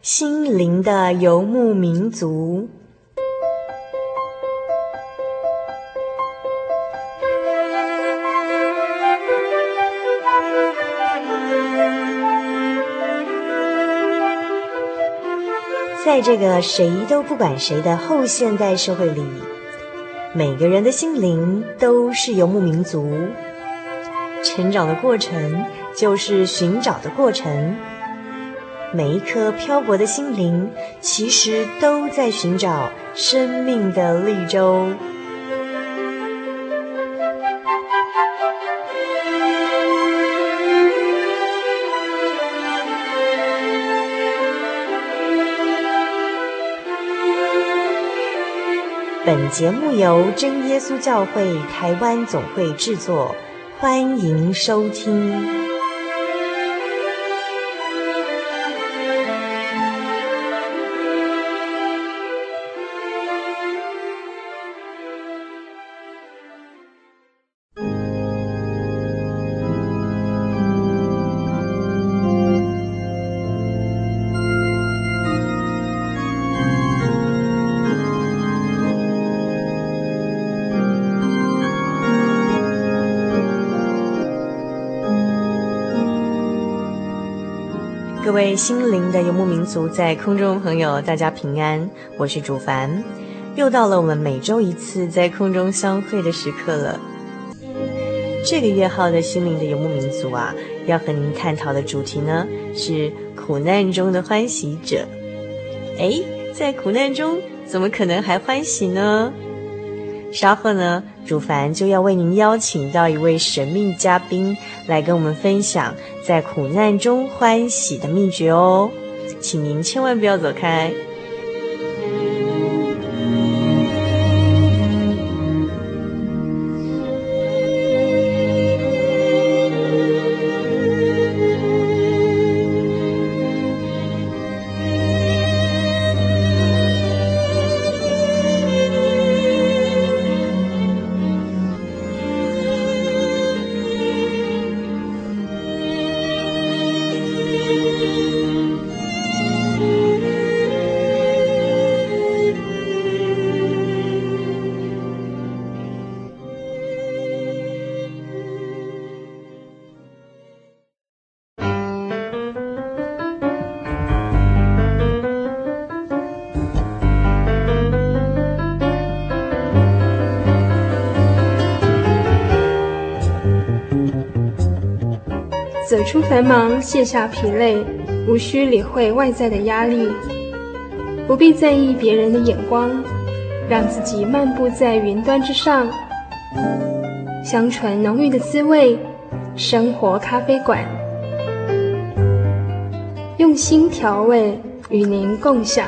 心灵的游牧民族。在这个谁都不管谁的后现代社会里，每个人的心灵都是游牧民族。成长的过程就是寻找的过程，每一颗漂泊的心灵其实都在寻找生命的绿洲。本节目由真耶稣教会台湾总会制作，欢迎收听。各位心灵的游牧民族，在空中朋友大家平安，我是主凡，又到了我们每周一次在空中相会的时刻了。这个月号的心灵的游牧民族啊，要和您探讨的主题呢是苦难中的欢喜者。在苦难中怎么可能还欢喜呢？稍后呢，主凡就要为您邀请到一位神秘嘉宾来跟我们分享在苦难中欢喜的秘诀哦，请您千万不要走开。 走出繁忙，卸下疲累，无需理会外在的压力，不必在意别人的眼光，让自己漫步在云端之上，香醇浓郁的滋味，生活咖啡馆，用心调味，与您共享。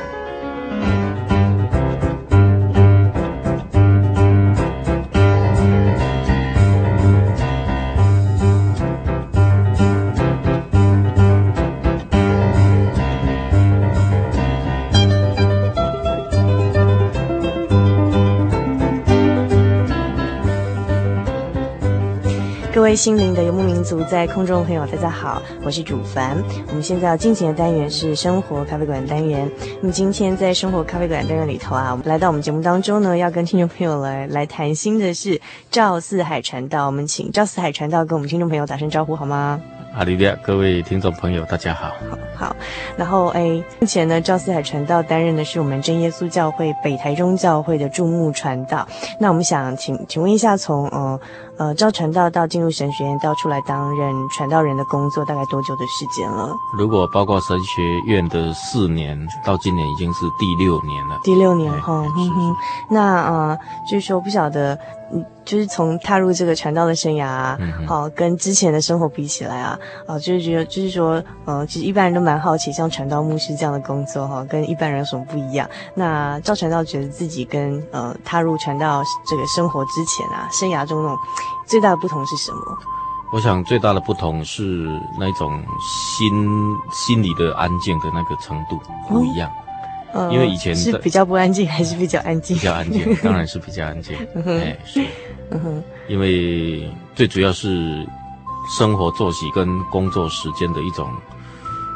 各位心灵的游牧民族，在空中的朋友大家好，我是主凡。我们现在要进行的单元是生活咖啡馆单元。那么今天在生活咖啡馆单元里头啊，我们来到我们节目当中呢，要跟听众朋友来谈心的是赵四海传道。我们请赵四海传道跟我们听众朋友打声招呼好吗？ 哈利路亚，各位听众朋友大家好。 好，然后目前呢，赵四海传道担任的是我们真耶稣教会北台中教会的驻牧传道。那我们想请问一下，从赵传道到进入神学院到出来担任传道人的工作，大概多久的时间了？ 如果包括神学院的4年，到今年已经是第6年了。 第6年哈，那就是说不晓得，就是从踏入这个传道的生涯啊，跟之前的生活比起来啊，就是觉得就是说，其实一般人都蛮好奇，像传道牧师这样的工作哈，跟一般人有什么不一样？那赵传道觉得自己跟踏入传道这个生活之前啊，生涯中那种最大的不同是什么？ 我想最大的不同是那种心理的安静的那个程度不一样。因为以前是比较不安静还是比较安静？ 比较安静，当然是比较安静。是，因为最主要是生活作息跟工作时间的一种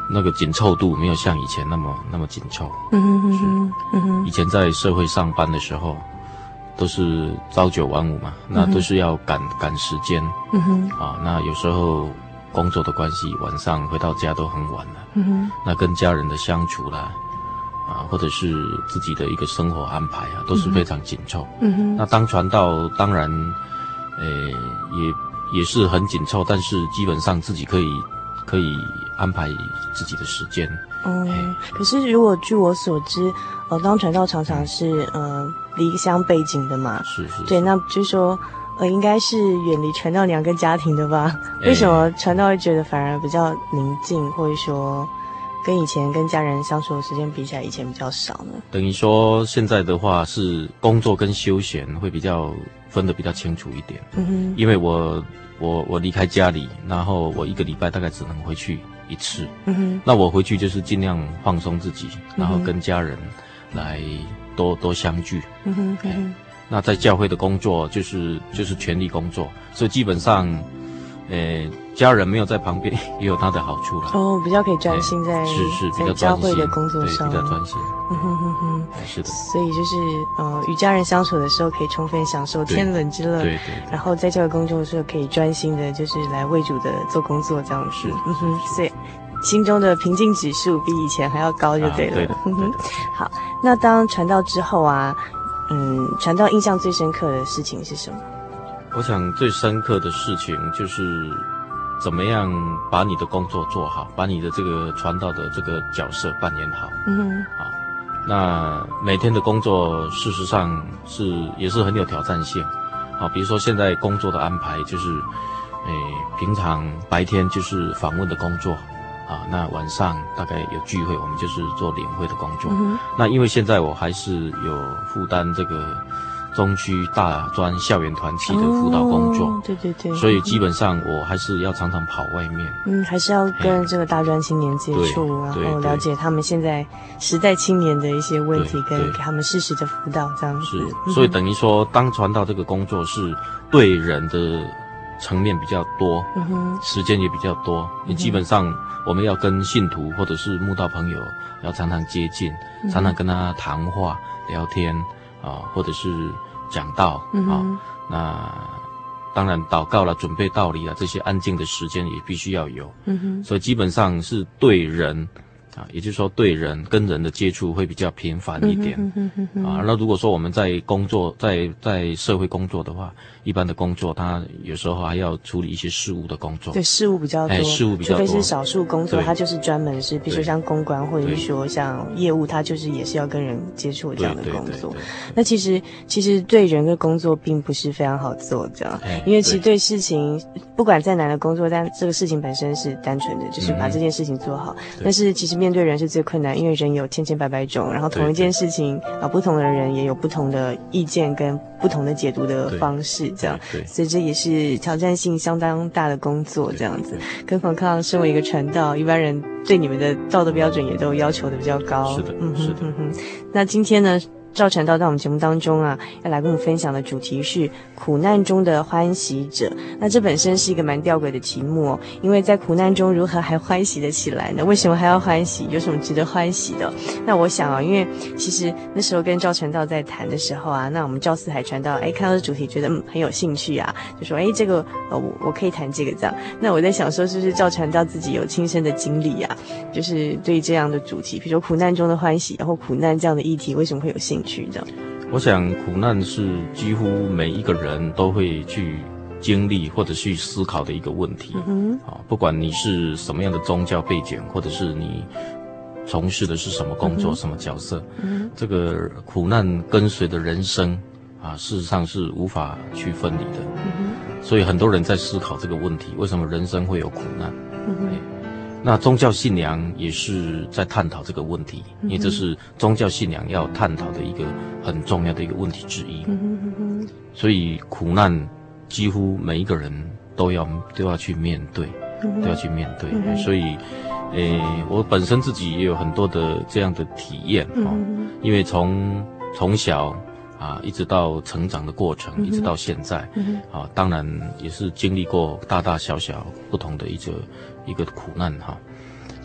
那个紧凑度没有像以前那么紧凑。以前在社会上班的时候，都是朝9晚5嘛，那都是要赶时间。那有时候工作的关系，晚上回到家都很晚了。那跟家人的相处啦，或者是自己的一个生活安排啊，都是非常紧凑。那当传道当然，也是很紧凑，但是基本上自己可以安排自己的时间。 可是如果据我所知，当传道常常是离乡背景的嘛， 是对，那就是说应该是远离传道娘跟家庭的吧？为什么传道会觉得反而比较宁静，或者说跟以前跟家人相处的时间比起来，以前比较少呢？ 等于说现在的话是工作跟休闲会比较分得比较清楚一点。因为我离开家里，然后我1个礼拜大概只能回去1次。那我回去就是尽量放松自己，然后跟家人来多相聚。那在教会的工作就是全力工作，所以基本上家人没有在旁边也有他的好处啦。 比较可以专心在比较教会的工作上， 对，比较专心。是的。 所以就是与家人相处的时候可以充分享受天伦之乐， 对。 然后在教会工作的时候可以专心的，就是来为主的做工作这样子。所以心中的平静指数比以前还要高就对了。 对的。 好，那当传道之后啊，传道印象最深刻的事情是什么？ 我想最深刻的事情就是怎么样把你的工作做好，把你的这个传道的这个角色扮演好。那每天的工作事实上也是很有挑战性。比如说现在工作的安排就是，平常白天就是访问的工作。那晚上大概有聚会，我们就是做领会的工作。那因为现在我还是有负担这个中区大专校园团契的辅导工作。 对， 所以基本上我还是要常常跑外面。还是要跟这个大专青年接触，然后了解他们现在时代青年的一些问题，跟给他们适时的辅导这样子。 所以等于说当传道这个工作是对人的层面比较多，时间也比较多。你基本上我们要跟信徒或者是慕道朋友要常常接近，常常跟他谈话聊天或者是讲道那当然祷告了，准备道理了，这些安静的时间也必须要有。所以基本上是对人也就是说对人跟人的接触会比较频繁一点。那如果说我们在工作在社会工作的话，一般的工作他有时候还要处理一些事务的工作。 对，事务比较多。 事务比较多。 除非是少数工作，它就是专门是比如说像公关或者是说像业务，它就是也是要跟人接触这样的工作。那其实对人的工作并不是非常好做这样，因为其实对事情不管再难的工作，但这个事情本身是单纯的，就是把这件事情做好。但是其实面对人是最困难，因为人有千千百百种，然后同一件事情不同的人也有不同的意见跟不同的解读的方式，这样，所以这也是挑战性相当大的工作，这样子。更何况身为一个传道，一般人对你们的道德标准也都要求的比较高。 是的。 那今天呢，赵传道到我们节目当中啊，要来跟我们分享的主题是苦难中的欢喜者。那这本身是一个蛮吊诡的题目哦，因为在苦难中如何还欢喜得起来呢？为什么还要欢喜？有什么值得欢喜的？那我想啊，因为其实那时候跟赵传道在谈的时候啊，那我们赵四海传道看到这主题觉得很有兴趣啊，就说这个我可以谈这个这样。那我在想说，是不是赵传道自己有亲身的经历啊？就是对这样的主题，比如说苦难中的欢喜，然后苦难这样的议题，为什么会有兴趣的？ 我想苦难是几乎每一个人都会去经历或者去思考的一个问题。不管你是什么样的宗教背景，或者是你从事的是什么工作、什么角色，这个苦难跟随的人生事实上是无法去分离的。所以很多人在思考这个问题，为什么人生会有苦难？那宗教信仰也是在探讨这个问题，因为这是宗教信仰要探讨的一个很重要的一个问题之一。所以苦难几乎每一个人都要去面对，所以我本身自己也有很多的这样的体验因为从小一直到成长的过程，一直到现在当然也是经历过大大小小不同的一个苦难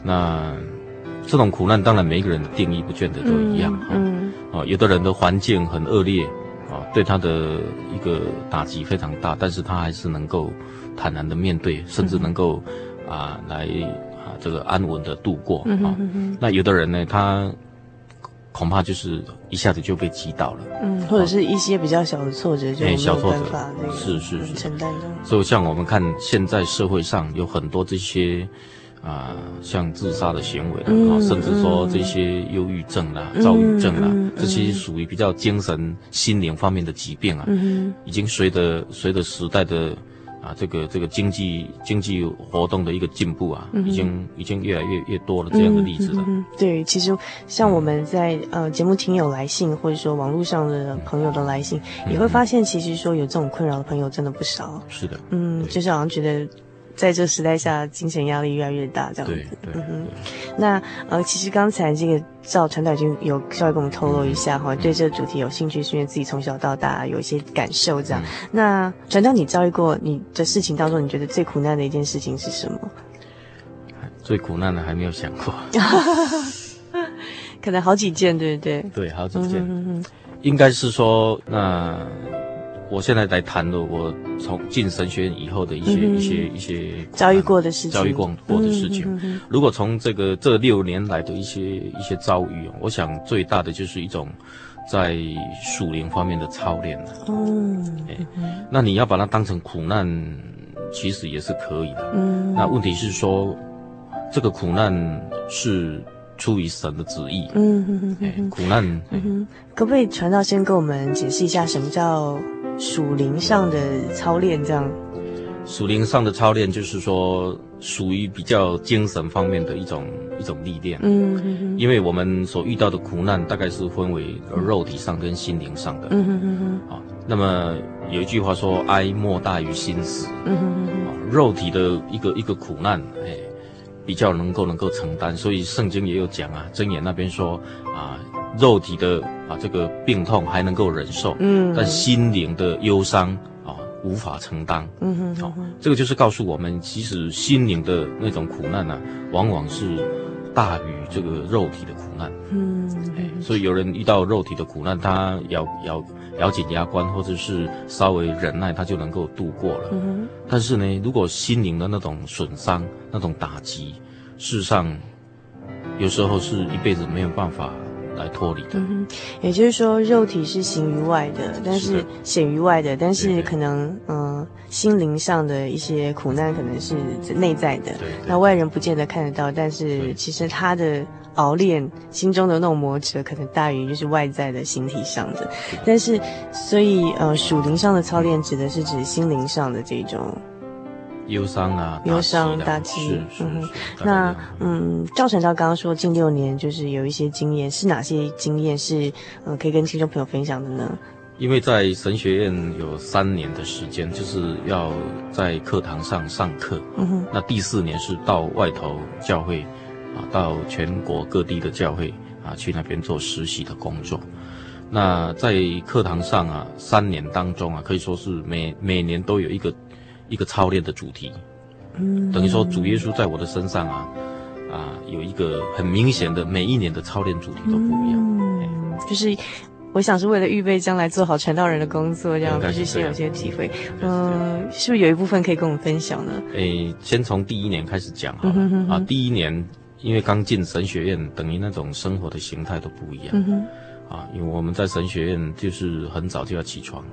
那这种苦难当然每一个人的定义不见得都一样有的人的环境很恶劣对他的一个打击非常大，但是他还是能够坦然的面对，甚至能够来这个安稳的度过那有的人呢，他恐怕就是一下子就被击倒了或者是一些比较小的挫折就没有办法是承担的。 所以像我们看现在社会上有很多这些像自杀的行为甚至说这些忧郁症躁郁症这些属于比较精神心灵方面的疾病已经随着时代的这个经济活动的一个进步已经越来越多了这样的例子了。 对，其实像我们在节目听友来信，或者说网络上的朋友的来信，也会发现其实说有这种困扰的朋友真的不少。 是的， 就是好像觉得在这时代下，精神压力越来越大，这样子。 对。 那其实刚才这个赵传导已经有稍微跟我们透露一下对这个主题有兴趣，是因为自己从小到大有一些感受这样。那传导，你遭遇过你的事情当中，你觉得最苦难的一件事情是什么？ 最苦难的还没有想过， 可能好几件，对不对？ 对，好几件。应该是说那。我现在来谈了我从进神学院以后的一些遭遇过的事情。如果从这6年来的一些遭遇，我想最大的就是一种在属灵方面的操练那你要把它当成苦难，其实也是可以的。那问题是说，这个苦难是出于神的旨意。苦难。 可不可以传道先跟我们解释一下什么叫属灵上的操练？这样， 属灵上的操练就是说，属于比较精神方面的一种历练。因为我们所遇到的苦难，大概是分为肉体上跟心灵上的。那么有一句话说，哀莫大于心死。肉体的一个苦难，比较能够承担，所以圣经也有讲箴言那边说肉体的这个病痛还能够忍受，但心灵的忧伤无法承担。这个就是告诉我们，其实心灵的那种苦难往往是大于这个肉体的苦难。所以有人遇到肉体的苦难，他咬紧牙关，或者是稍微忍耐，他就能够度过了。但是呢，如果心灵的那种损伤、那种打击，事实上有时候是一辈子没有办法来脱离的。 也就是说，肉体是形于外的，但是显于外的，但是可能心灵上的一些苦难可能是内在的，那外人不见得看得到，但是其实他的熬炼心中的那种磨折可能大于就是外在的形体上的。但是所以属灵上的操练指的是指心灵上的这种忧伤打击。那赵传道刚刚说近6年就是有一些经验，是哪些经验是可以跟听众朋友分享的呢？ 因为在神学院有3年的时间，就是要在课堂上课。那第4年是到外头教会到全国各地的教会去那边做实习的工作。那在课堂上3年当中可以说是每年都有一个操练的主题。等于说主耶稣在我的身上有一个很明显的，每一年的操练主题都不一样。 就是我想是为了预备将来做好传道人的工作，这样必须先有些体会。是不是有一部分可以跟我们分享呢？ 先从第1年开始讲好了。第1年因为刚进神学院，等于那种生活的形态都不一样。因为我们在神学院就是很早就要起床。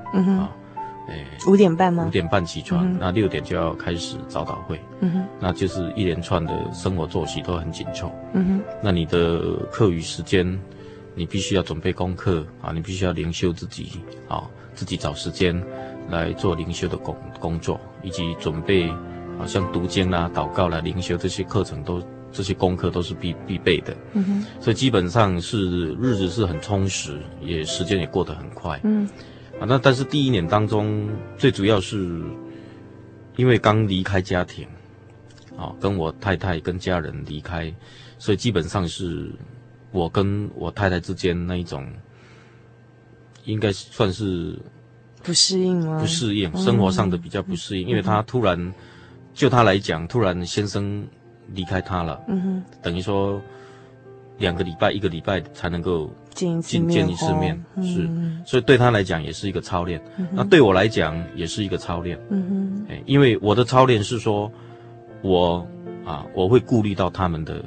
5点半吗？ 5点半起床，那6点就要开始早祷会。那就是一连串的生活作息都很紧凑。那你的课余时间，你必须要准备功课你必须要灵修自己自己找时间来做灵修的工作，以及准备像读经祷告灵修这些课程这些功课都是必备的。所以基本上是日子是很充实，时间也过得很快。那但是第1年当中，最主要是因为刚离开家庭跟我太太跟家人离开，所以基本上是我跟我太太之间那一种，应该算是不适应吗？ 不适应，生活上的比较不适应。因为他突然，就他来讲，突然先生离开他了，等于说2个礼拜、1个礼拜才能够见一次面，是，所以对他来讲也是一个操练，那对我来讲也是一个操练，因为我的操练是说，我会顾虑到他们的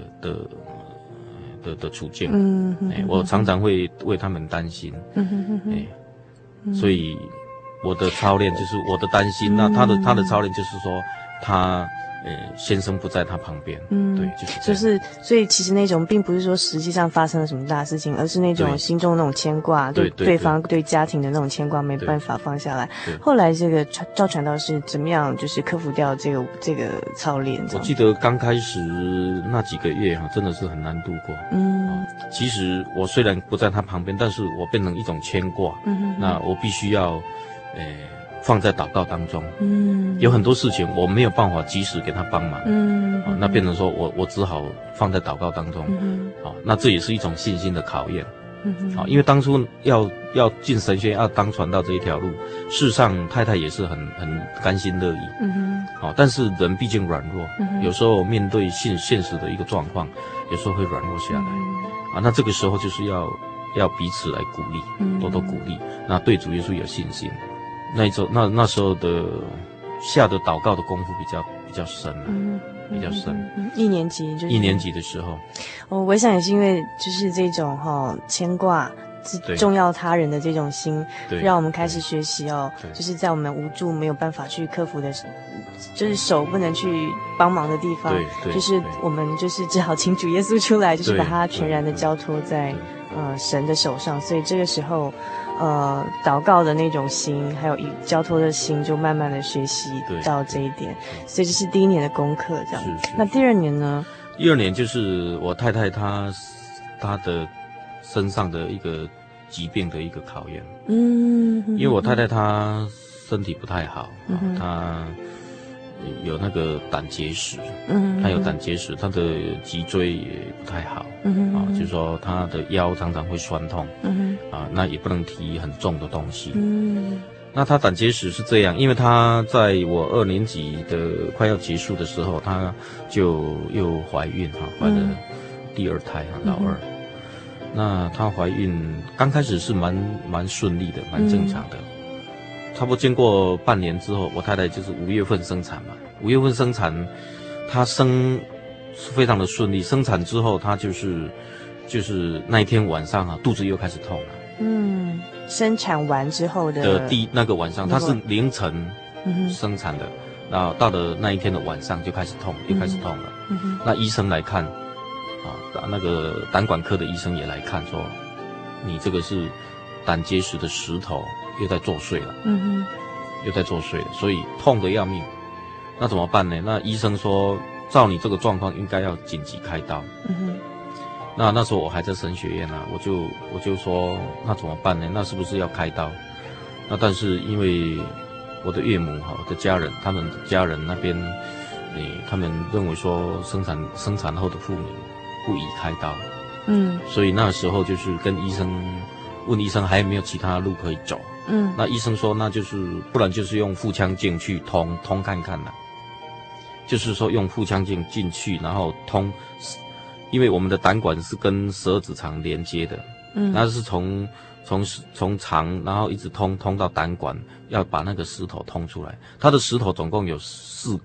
处境，我常常会为他们担心，所以我的操练就是我的担心，那他的操练就是说他先生不在他旁边，对， 就是所以其实那种并不是说实际上发生了什么大事情，而是那种心中那种牵挂，对对方对家庭的那种牵挂没办法放下来。后来这个赵传道是怎么样就是克服掉这个操练？ 我记得刚开始那几个月真的是很难度过。其实我虽然不在他旁边，但是我变成一种牵挂。那我必须要放在祷告当中，有很多事情我没有办法及时给他帮忙，那变成说我只好放在祷告当中，那这也是一种信心的考验，因为当初要进神学院要当传道这一条路，事实上太太也是很甘心乐意，但是人毕竟软弱，有时候面对现实的一个状况，有时候会软弱下来，那这个时候就是要彼此来鼓励，多多鼓励，那对主耶稣有信心。那时候的下的祷告的功夫比较深了，比较深。 1年级就是 1年级的时候， 我想也是因为就是这种牵挂。重要他人的这种心，让我们开始学习就是在我们无助没有办法去克服的，就是手不能去帮忙的地方，就是我们就是只好请主耶稣出来，就是把他全然的交托在神的手上。所以这个时候，祷告的那种心，还有交托的心，就慢慢的学习到这一点。所以这是第1年的功课，这样。那第2年呢？ 第2年就是我太太她的身上的一个疾病的一个考验，因为我太太她身体不太好，她有那个胆结石，她有胆结石，她的脊椎也不太好，就是说她的腰常常会酸痛，那也不能提很重的东西，那她胆结石是这样，因为她在我2年级的快要结束的时候，她就又怀孕怀了第2胎老二。那她怀孕刚开始是蛮顺利的，蛮正常的。差不多经过半年之后，我太太就是5月份生产嘛。5月份生产，她生非常的顺利。生产之后，她就是那一天晚上肚子又开始痛了。 生产完之后的那个晚上，她是凌晨生产的，然后到了那一天的晚上就开始痛，又开始痛了。那医生来看。那个胆管科的医生也来看，说你这个是胆结石的石头又在作祟了，又在作祟了，所以痛得要命。那怎么办呢？那医生说，照你这个状况，应该要紧急开刀。那时候我还在神学院我就说，那怎么办呢？那是不是要开刀？那但是因为我的岳母我的家人，他们的家人那边，他们认为说生产后的妇女不宜开刀，所以那时候就是跟医生问医生还有没有其他路可以走，那医生说那就是不然就是用腹腔镜去通看看啦，就是说用腹腔镜进去，然后通，因为我们的胆管是跟12指肠连接的，那是从肠然后一直通到胆管，要把那个石头通出来。它的石头总共有4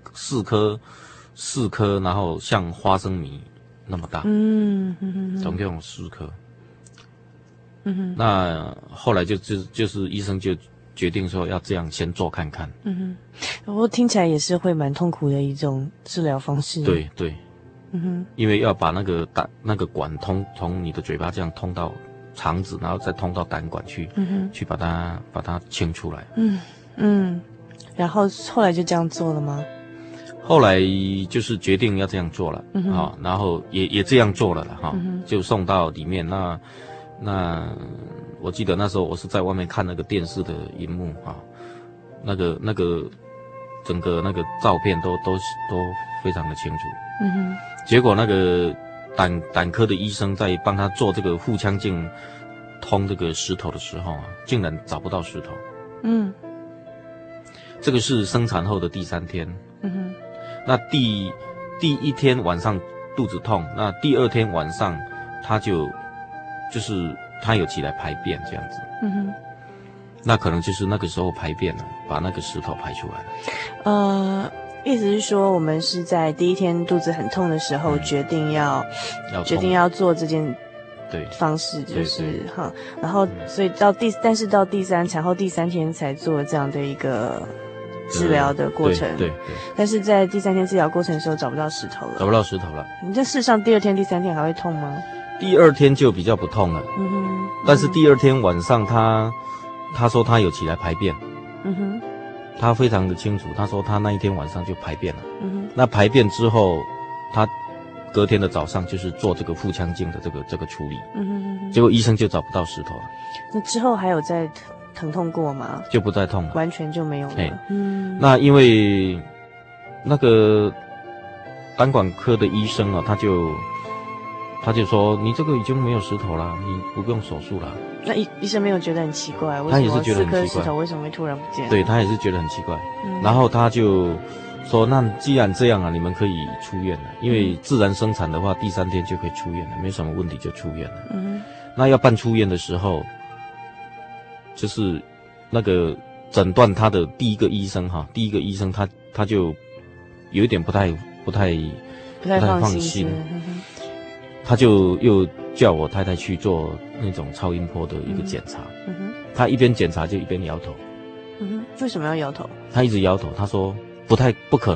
颗，然后像花生米那么大，总共有4颗。那后来就是医生就决定说要这样先做看看。 不过听起来也是会蛮痛苦的一种治疗方式。 对，因为要把那个管从你的嘴巴这样通到肠子，然后再通到胆管去，去把它清出来。 然后后来就这样做了吗？ 后来就是决定要这样做了，然后也这样做了了就送到里面。那我记得那时候我是在外面看那个电视的荧幕那个整个那个照片都非常的清楚。结果那个胆科的医生在帮他做这个腹腔镜通这个石头的时候竟然找不到石头。这个是生产后的第3天。那第第一天晚上肚子痛，那第二天晚上他就是他有起来排便这样子。那可能就是那个时候排便了，把那个石头排出来了。 意思是说，我们是在第一天肚子很痛的时候决定要做这件对方式，就是对哈，然后所以但是到产后第3天才做这样的一个治疗的过程。 对， 但是在第3天治疗过程的时候找不到石头了。 找不到石头了。 你这事实上第2天、第3天还会痛吗？ 第2天就比较不痛了。但是第2天晚上他说他有起来排便。他非常的清楚，他说他那一天晚上就排便了。那排便之后，他隔天的早上就是做这个腹腔镜的这个处理。结果医生就找不到石头了。 那之后还有再疼痛过吗？ 就不再痛了， 完全就没有了。 那因为那个胆管科的医生啊，他就说你这个已经没有石头了，你不用手术了。 那医生没有觉得很奇怪？ 他也是觉得很奇怪， 4颗石头为什么会突然不见？ 对，他也是觉得很奇怪。然后他就说，那既然这样啊，你们可以出院了，因为自然生产的话，第3天就可以出院了，没什么问题就出院了。那要办出院的时候，就是那个诊断他的第一个医生他就有一点不太放心。他就又叫我太太去做那种超音波的一个检查。他一边检查就一边摇头。 为什么要摇头？ 他一直摇头，他说不可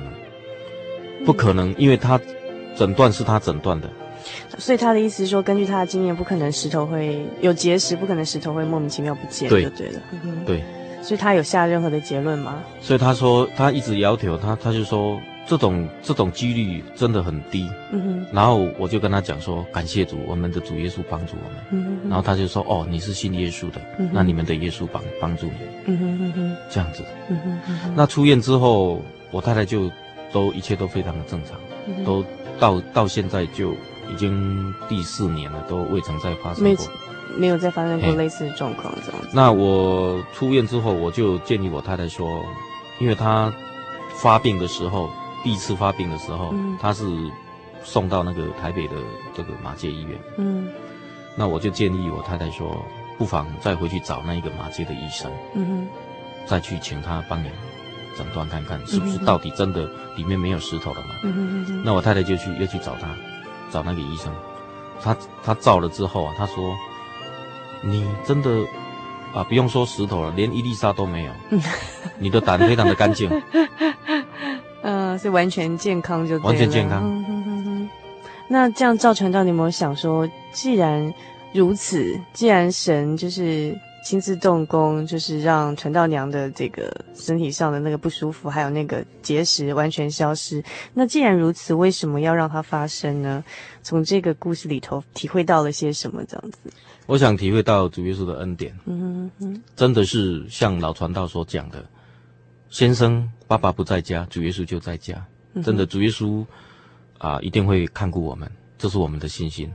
能，因为他诊断是他诊断的。 所以他的意思是说，根据他的经验，不可能石头会有结石，不可能石头会莫名其妙不见，对了。 对。 所以他有下任何的结论吗？ 所以他说他一直摇头，他就说这种几率真的很低。然后我就跟他讲说，感谢主，我们的主耶稣帮助我们。然后他就说，哦，你是信耶稣的，那你们的耶稣帮助你。这样子。那出院之后，我太太就一切都非常的正常，都到现在就已经第4年了，都未曾再发生过。 没有再发生过类似的状况这样子。 那我出院之后，我就建议我太太说，因为她第一次发病的时候，她是送到那个台北的这个马偕医院。那我就建议我太太说，不妨再回去找那一个马偕的医生，再去请他帮你诊断看看，是不是到底真的里面没有石头了嘛？那我太太就又去找那个医生，他照了之后啊，他说，你真的不用说石头了，连一粒沙都没有。你的胆非常的干净。 是完全健康就对了。 完全健康。 那这样赵传道，你有没有想说，既然如此，既然神就是亲自动工，就是让传道娘的这个身体上的那个不舒服，还有那个结石完全消失，那既然如此，为什么要让它发生呢？从这个故事里头体会到了些什么？这样子， 我想体会到主耶稣的恩典。真的是像老传道所讲的，先生爸爸不在家，主耶稣就在家。真的，主耶稣一定会看顾我们，这是我们的信心，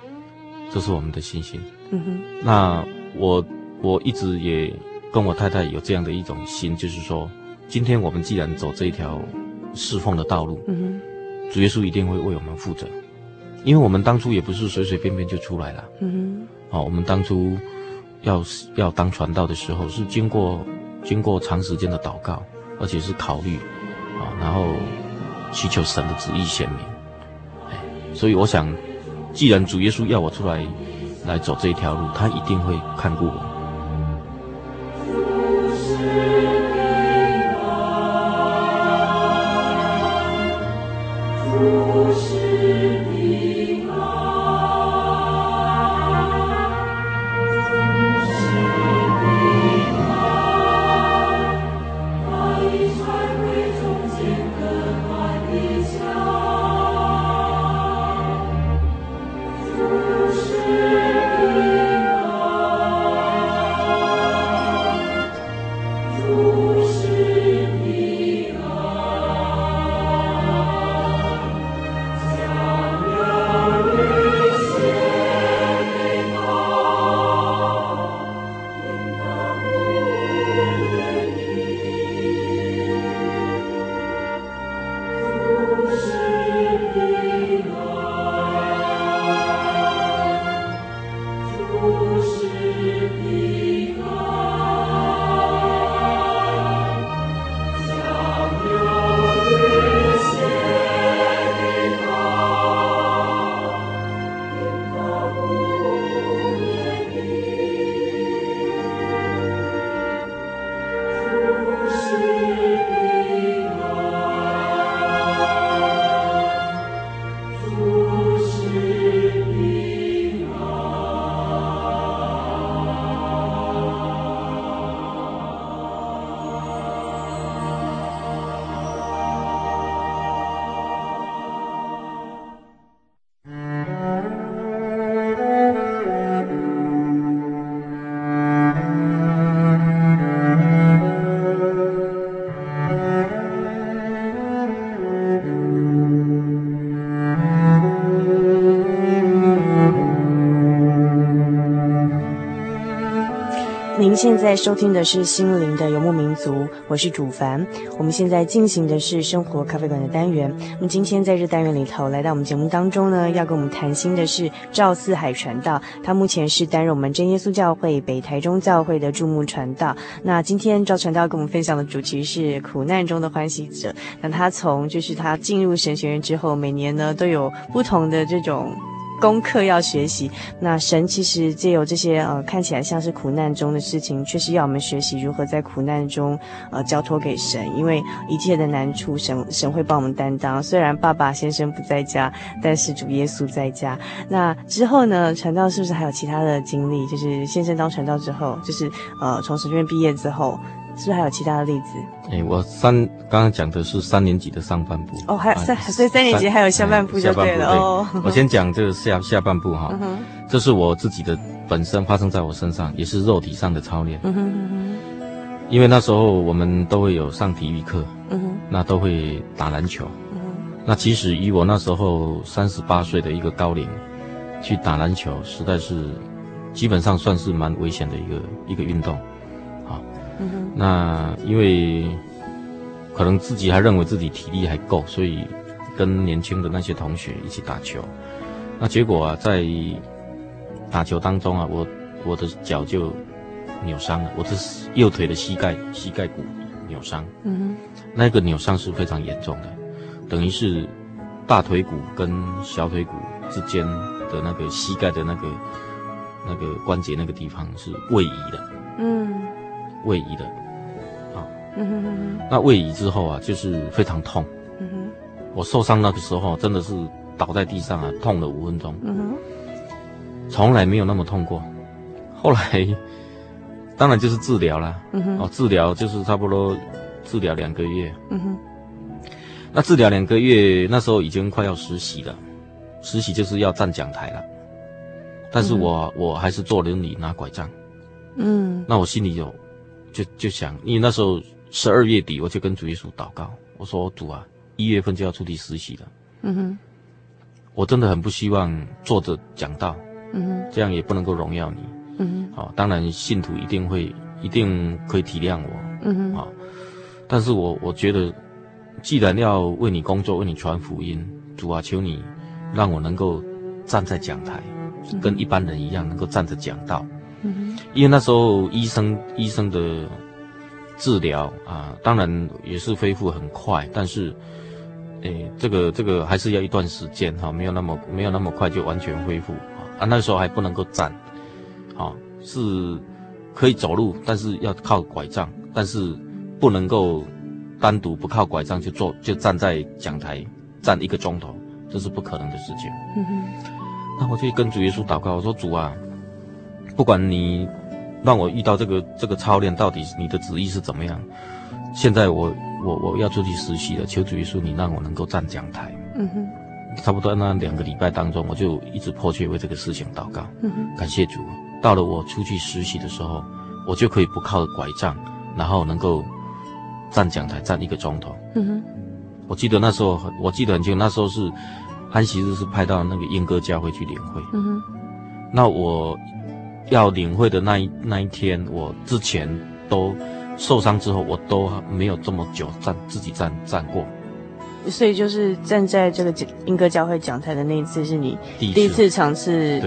那我一直也跟我太太有这样的一种心，就是说，今天我们既然走这一条侍奉的道路，主耶稣一定会为我们负责，因为我们当初也不是随随便便就出来了。我们当初要当传道的时候，是经过长时间的祷告，而且是考虑然后祈求神的旨意显明。所以我想，既然主耶稣要我出来走这一条路，他一定会看顾我。 您现在收听的是心灵的游牧民族，我是主凡。我们现在进行的是生活咖啡馆的单元。那么今天在这单元里头，来到我们节目当中呢，要跟我们谈心的是赵四海传道，他目前是担任我们真耶稣教会北台中教会的驻牧传道。那今天赵传道跟我们分享的主题是苦难中的欢喜者。那他从就是他进入神学院之后，每年呢都有不同的这种功课要学习。那神其实藉由这些看起来像是苦难中的事情，却是要我们学习如何在苦难中交托给神，因为一切的难处神会帮我们担当。虽然爸爸先生不在家，但是主耶稣在家。那之后呢，传道是不是还有其他的经历？就是先生当传道之后，就是从神学院毕业之后，是不是还有其他的例子？ 我刚刚讲的是3年级的上半部哦， 还有所以3年级还有下半部就对了哦。 我先讲这个下半部哈，这是我自己的本身发生在我身上，也是肉体上的操练。因为那时候我们都会有上体育课，那都会打篮球。那其实以我那时候38岁的一个高龄去打篮球，实在是基本上算是蛮危险的一个运动。那因为可能自己还认为自己体力还够，所以跟年轻的那些同学一起打球。那结果啊，在打球当中啊，我的脚就扭伤了，我的右腿的膝盖骨扭伤。那个扭伤是非常严重的，等于是大腿骨跟小腿骨之间的那个膝盖的那个关节那个地方是位移的。位移的，那位移之后啊，就是非常痛。我受伤那个时候真的是倒在地上啊，痛了5分钟。从来没有那么痛过。后来，当然就是治疗啦。治疗就是差不多治疗2个月。那治疗2个月，那时候已经快要实习了，实习就是要站讲台了。但是我还是坐轮椅拿拐杖。那我心里就想，因为那时候12月底我就跟主耶稣祷告，我说主啊，1月份就要出去实习了。我真的很不希望坐着讲道，这样也不能够荣耀你。当然信徒一定可以体谅我。但是我觉得，既然要为你工作，为你传福音，主啊，求你让我能够站在讲台，跟一般人一样，能够站着讲道。因为那时候医生的治疗啊，当然也是恢复很快，但是，这个还是要一段时间哈，没有那么快就完全恢复啊。那时候还不能够站，是可以走路，但是要靠拐杖，但是不能够单独不靠拐杖就站在讲台站1个钟头，这是不可能的事情。那我就跟主耶稣祷告，我说主啊，不管你让我遇到这个操练，到底你的旨意是怎么样？现在我要出去实习了，求主耶稣你让我能够站讲台。差不多那2个礼拜当中，我就一直迫切为这个事情祷告。感谢主，到了我出去实习的时候，我就可以不靠拐杖，然后能够站讲台站1个钟头。我记得很清楚，那时候是安息日是派到那个莺歌教会去领会。那我要领会的那一天，我之前都受伤之后，我都没有这么久自己站过。 所以就是站在这个莺歌教会讲台的那一次，是你第一次尝试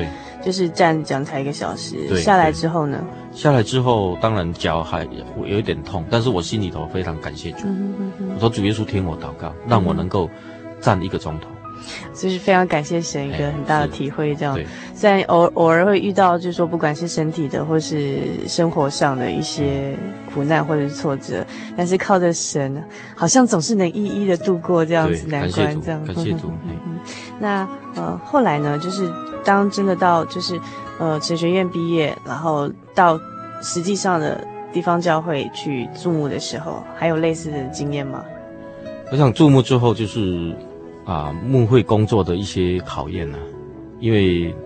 就是站讲台1个小时， 对， 下来之后呢？ 下来之后，当然脚还有一点痛，但是我心里头非常感谢主。我说主耶稣听我祷告，让我能够站1个钟头。 就是非常感谢神一个很大的体会，这样。 对， 虽然偶尔会遇到，就是说不管是身体的或是生活上的一些苦难或者是挫折，但是靠着神，好像总是能一一的度过这样子难关，这样。 感谢主。 那后来呢，就是当真的到就是神学院毕业，然后到实际上的地方教会去注目的时候，还有类似的经验吗？ 我想注目之后就是牧会工作的一些考验啊，因为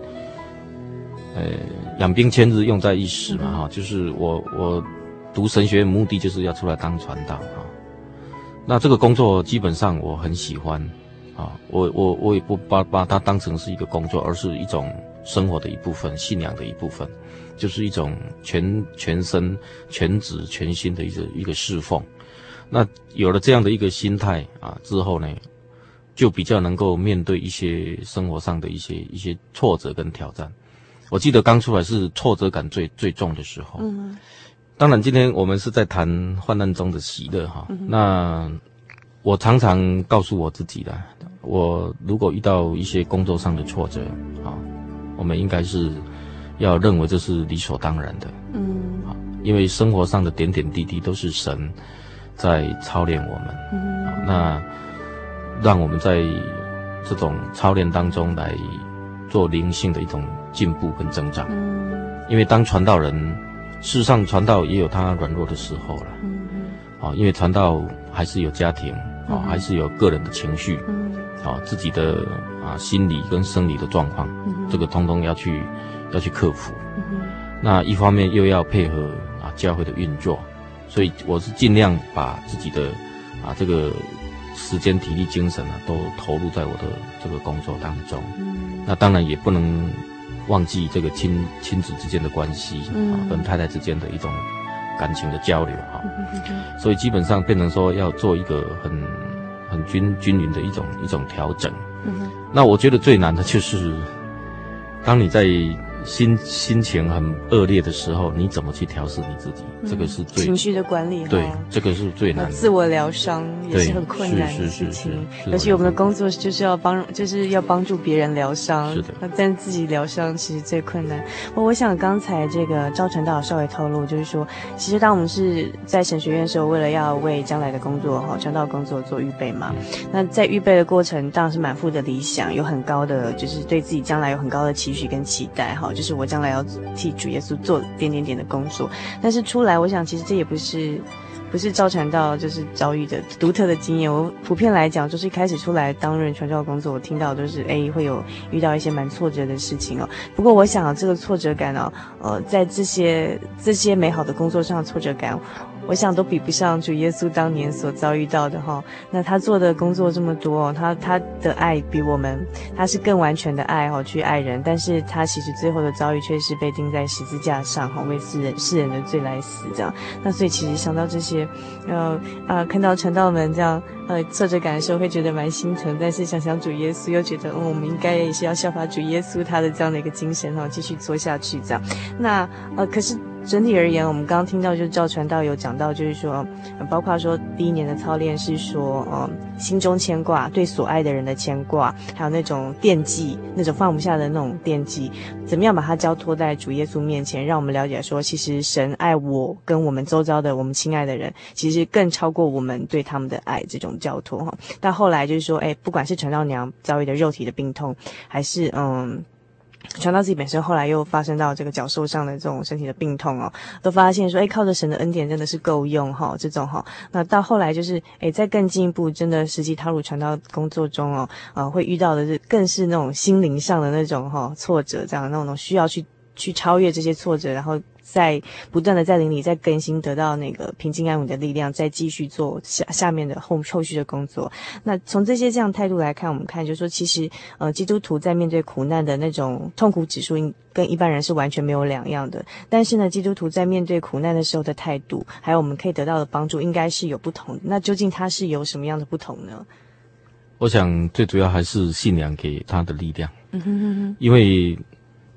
养兵千日用在一时嘛就是我读神学院目的就是要出来当传道那这个工作基本上我很喜欢我也不把它当成是一个工作，而是一种生活的一部分，信仰的一部分，就是一种全身全职全心的一个侍奉。那有了这样的一个心态之后呢，就比较能够面对一些生活上的一些挫折跟挑战。我记得刚出来是挫折感最重的时候。当然今天我们是在谈患难中的喜乐那我常常告诉我自己的，我如果遇到一些工作上的挫折我们应该是要认为这是理所当然的。因为生活上的点点滴滴都是神在操练我们。那让我们在这种操练当中来做灵性的一种进步跟增长。因为当传道人，事实上传道也有他软弱的时候了。因为传道还是有家庭还是有个人的情绪自己的心理跟生理的状况，这个通通要去克服。那一方面又要配合教会的运作，所以我是尽量把自己的这个时间、体力、精神都投入在我的这个工作当中。那当然也不能忘记这个亲子之间的关系跟太太之间的一种感情的交流所以基本上变成说要做一个很均匀的一种调整。那我觉得最难的就是当你在心情很恶劣的时候，你怎么去调适你自己？这个是最情绪的管理。 对，这个是最难的。 自我疗伤也是很困难的事情，尤其我们的工作就是要帮助别人疗伤。 是的， 但自己疗伤其实最困难。我想刚才这个赵传道稍微透露，就是说，其实当我们是在神学院的时候，为了要为将来的工作传道工作做预备嘛，那在预备的过程当然是满腹的理想，有很高的就是对自己将来有很高的期许跟期待就是我将来要替主耶稣做点的工作。但是出来我想其实这也不是赵传道就是遭遇的独特的经验。我普遍来讲就是一开始出来担任传教工作，我听到都是会有遇到一些蛮挫折的事情不过我想这个挫折感在这些美好的工作上的挫折感，我想都比不上主耶稣当年所遭遇到的那他做的工作这么多他的爱比我们，他是更完全的爱去爱人，但是他其实最后的遭遇却是被钉在十字架上为世人的罪来死这样。那所以其实想到这些看到传道们这样挫折感的时候会觉得蛮心疼，但是想想主耶稣又觉得我们应该也是要效法主耶稣他的这样的一个精神继续做下去这样。那可是整体而言，我们刚刚听到就是赵传道有讲到，就是说包括说第一年的操练是说心中牵挂，对所爱的人的牵挂，还有那种惦记，那种放不下的那种惦记，怎么样把它交托在主耶稣面前，让我们了解说其实神爱我跟我们周遭的我们亲爱的人，其实更超过我们对他们的爱，这种交托但后来就是说不管是传道娘遭遇的肉体的病痛，还是传道自己本身后来又发生到这个脚受伤的这种身体的病痛都发现说靠着神的恩典真的是够用这种那到后来就是再更进一步，真的实际踏入传道工作中会遇到的是更是那种心灵上的那种挫折，这样那种需要去超越这些挫折，然后在不断的在灵里再更新，得到那个平静安稳的力量，再继续做下面的后续的工作。那从这些这样态度来看，我们看就是说其实基督徒在面对苦难的那种痛苦指数跟一般人是完全没有两样的，但是呢基督徒在面对苦难的时候的态度还有我们可以得到的帮助应该是有不同的。那究竟它是有什么样的不同呢？我想最主要还是信仰给他的力量。因为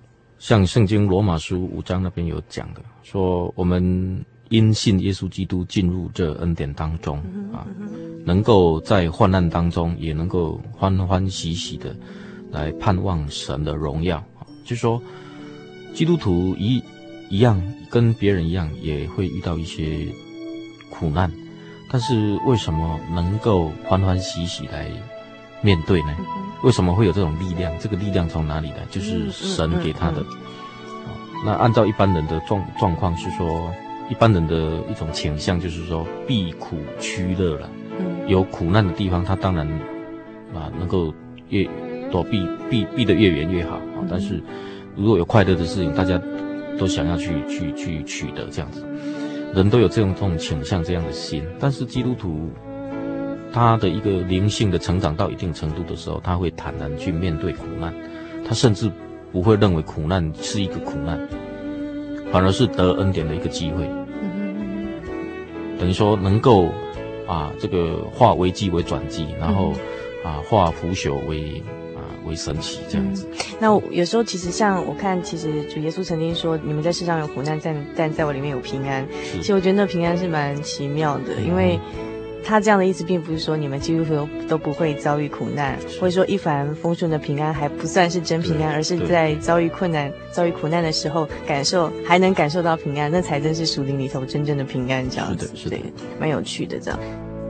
像圣经罗马书5章那边有讲的，说我们因信耶稣基督进入这恩典当中啊，能够在患难当中也能够欢欢喜喜的来盼望神的荣耀。就是说基督徒一样跟别人一样也会遇到一些苦难，但是为什么能够欢欢喜喜来面对呢？为什么会有这种力量？这个力量从哪里来？就是神给他的。那按照一般人的状况是说，一般人的一种倾向就是说避苦趋乐了。有苦难的地方，他当然能够越躲避得越远越好。但是如果有快乐的事情，大家都想要去取得这样子，人都有这种倾向，这样的心。但是基督徒他的一个灵性的成长到一定程度的时候，他会坦然去面对苦难，他甚至不会认为苦难是一个苦难，反而是得恩典的一个机会。等于说能够这个化危机为转机，然后化腐朽为神奇这样子。 那有时候其实像我看，其实主耶稣曾经说，你们在世上有苦难，但在我里面有平安。其实我觉得那平安是蛮奇妙的，因为他这样的意思并不是说你们基督徒都不会遭遇苦难，或者说一帆风顺的平安还不算是真平安，而是在遭遇困难、遭遇苦难的时候，还能感受到平安，那才真是属灵里头真正的平安。这样子， 是的， 对，蛮有趣的这样。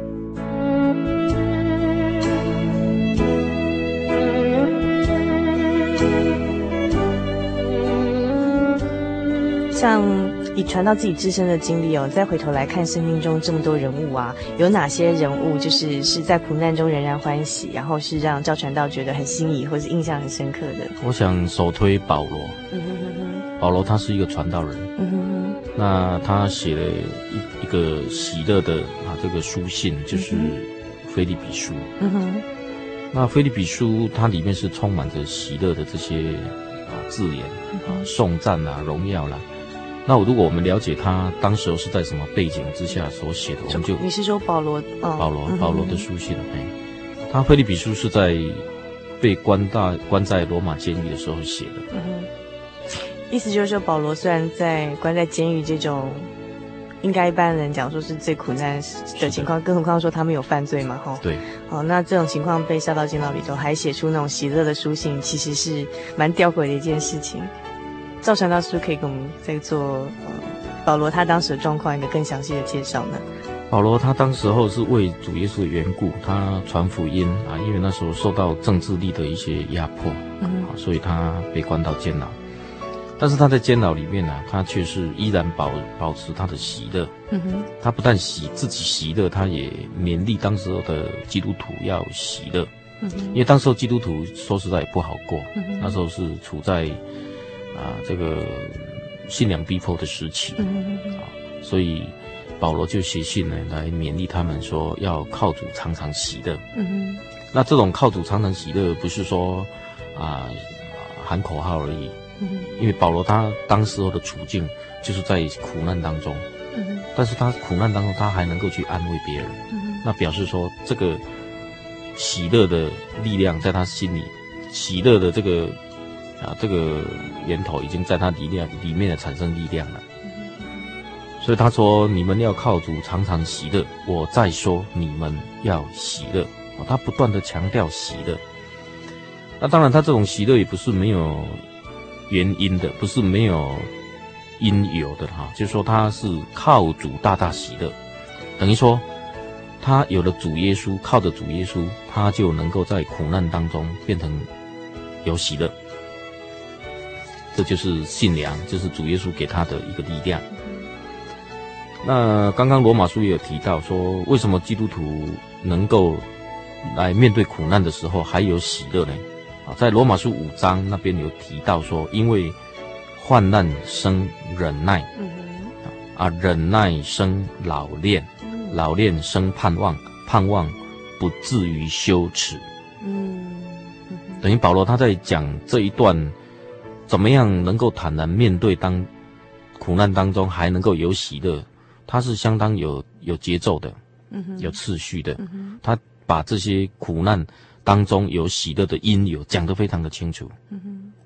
像以传到自己自身的经历再回头来看生命中这么多人物有哪些人物是在苦难中仍然欢喜，然后是让赵传道觉得很心仪或是印象很深刻的？ 我想首推保罗。保罗他是一个传道人。那他写了一个喜乐的这个书信，就是腓立比书。那腓立比书它里面是充满着喜乐的这些字眼颂赞荣耀啦。那如果我们了解他当时是在什么背景之下所写的，我们就你是说保罗的书信？他腓立比书是在被关在罗马监狱的时候写的。 意思就是说，保罗虽然关在监狱这种应该一般人讲说是最苦难的情况，更何况说他们有犯罪嘛，对。那这种情况被下到监牢里头，还写出那种喜乐的书信，其实是蛮吊诡的一件事情。赵传道是不是可以给我们再做保罗他当时的状况一个更详细的介绍呢？ 保罗他当时候是为主耶稣的缘故，他传福音因为那时候受到政治力的一些压迫，所以他被关到监牢。但是他在监牢里面他却是依然保持他的喜乐。他不但自己喜乐，他也勉励当时候的基督徒要喜乐。因为当时候基督徒说实在也不好过，那时候是处在这个信仰逼迫的时期。所以保罗就写信来勉励他们说，要靠主常常喜乐。那这种靠主常常喜乐，不是说喊口号而已。因为保罗他当时候的处境就是在苦难当中，但是他苦难当中他还能够去安慰别人，那表示说这个喜乐的力量在他心里，喜乐的这个源头已经在他里面的产生力量了。所以他说，你们要靠主常常喜乐，我再说你们要喜乐。他不断的强调喜乐。那当然他这种喜乐也不是没有原因的，不是没有因由的就是说他是靠主大大喜乐，等于说他有了主耶稣，靠着主耶稣，他就能够在苦难当中变成有喜乐。这就是信仰，就是主耶稣给他的一个力量。那刚刚罗马书也有提到说，为什么基督徒能够来面对苦难的时候还有喜乐呢？在罗马书5章那边有提到说，因为患难生忍耐，忍耐生老练，老练生盼望，盼望不至于羞耻。等于保罗他在讲这一段怎么样能够坦然面对当苦难当中还能够有喜乐，他是相当有节奏的，有次序的。他把这些苦难当中有喜乐的因由讲得非常的清楚。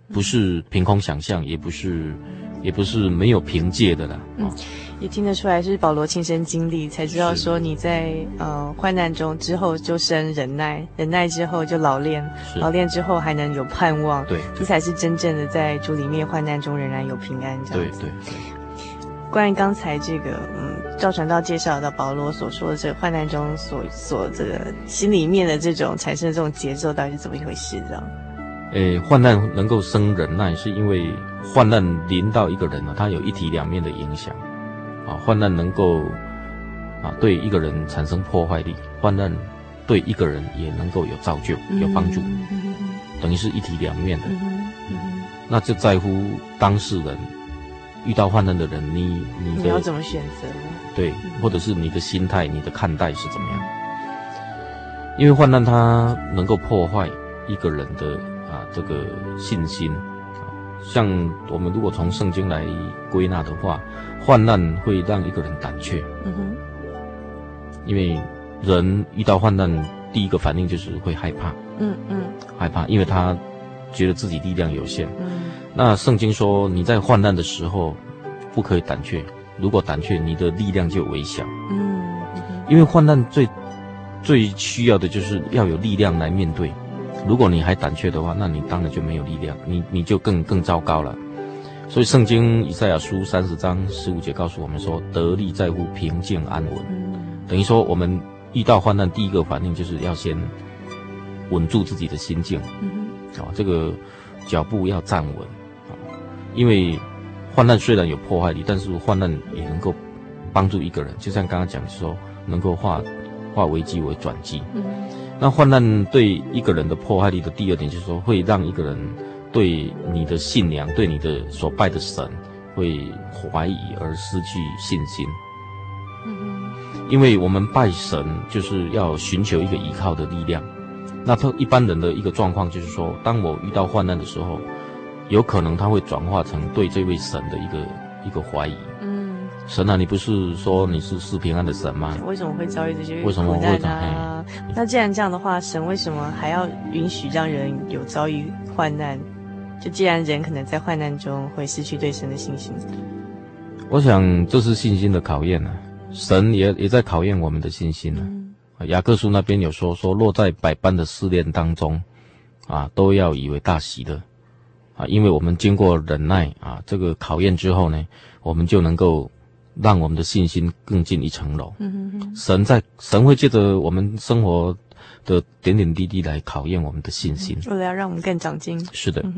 不是凭空想象，也不是没有凭借的啦。 也听得出来是保罗亲身经历，才知道说你在患难中之后就生忍耐，忍耐之后就老练，老练之后还能有盼望。 对， 这才是真正的在主里面患难中仍然有平安这样子。 对。 关于刚才这个赵传道介绍到保罗所说的这个患难中所这个心里面的这种产生的这种节奏到底是怎么一回事这样？ 患难能够生忍耐，是因为患难临到一个人他有一体两面的影响。患难能够对一个人产生破坏力，患难对一个人也能够有造就、有帮助，等于是一体两面的。那就在乎当事人遇到患难的人，你要怎么选择？ 对，或者是你的心态、你的看待是怎么样？因为患难它能够破坏一个人的这个信心。像我们如果从圣经来归纳的话，患难会让一个人胆怯。因为人遇到患难，第一个反应就是会害怕。害怕，因为他觉得自己力量有限。那圣经说，你在患难的时候不可以胆怯，如果胆怯，你的力量就微小。因为患难最需要的就是要有力量来面对。如果你还胆怯的话，那你当然就没有力量，你就更糟糕了。所以圣经以赛亚书30章15节告诉我们说，得力在乎平静安稳。等于说我们遇到患难，第一个反应就是要先稳住自己的心境。这个脚步要站稳。因为患难虽然有破坏力，但是患难也能够帮助一个人，就像刚刚讲说，能够化危机为转机。那患难对一个人的破坏力的第二点就是说，会让一个人对你的信仰、对你的所拜的神会怀疑而失去信心。因为我们拜神就是要寻求一个依靠的力量。那一般人的一个状况就是说，当我遇到患难的时候，有可能他会转化成对这位神的一个怀疑。神啊，你不是说你是赐平安的神吗？ 为什么会遭遇这些为什么会那既然这样的话，神为什么还要允许让人有遭遇患难？就既然人可能在患难中会失去对神的信心， 我想这是信心的考验神也在考验我们的信心雅各书那边有说落在百般的试炼当中都要以为大喜的因为我们经过忍耐这个考验之后呢，我们就能够让我们的信心更进一层楼。神会借着我们生活的点点滴滴来考验我们的信心， 为了要让我们更长进。 是的。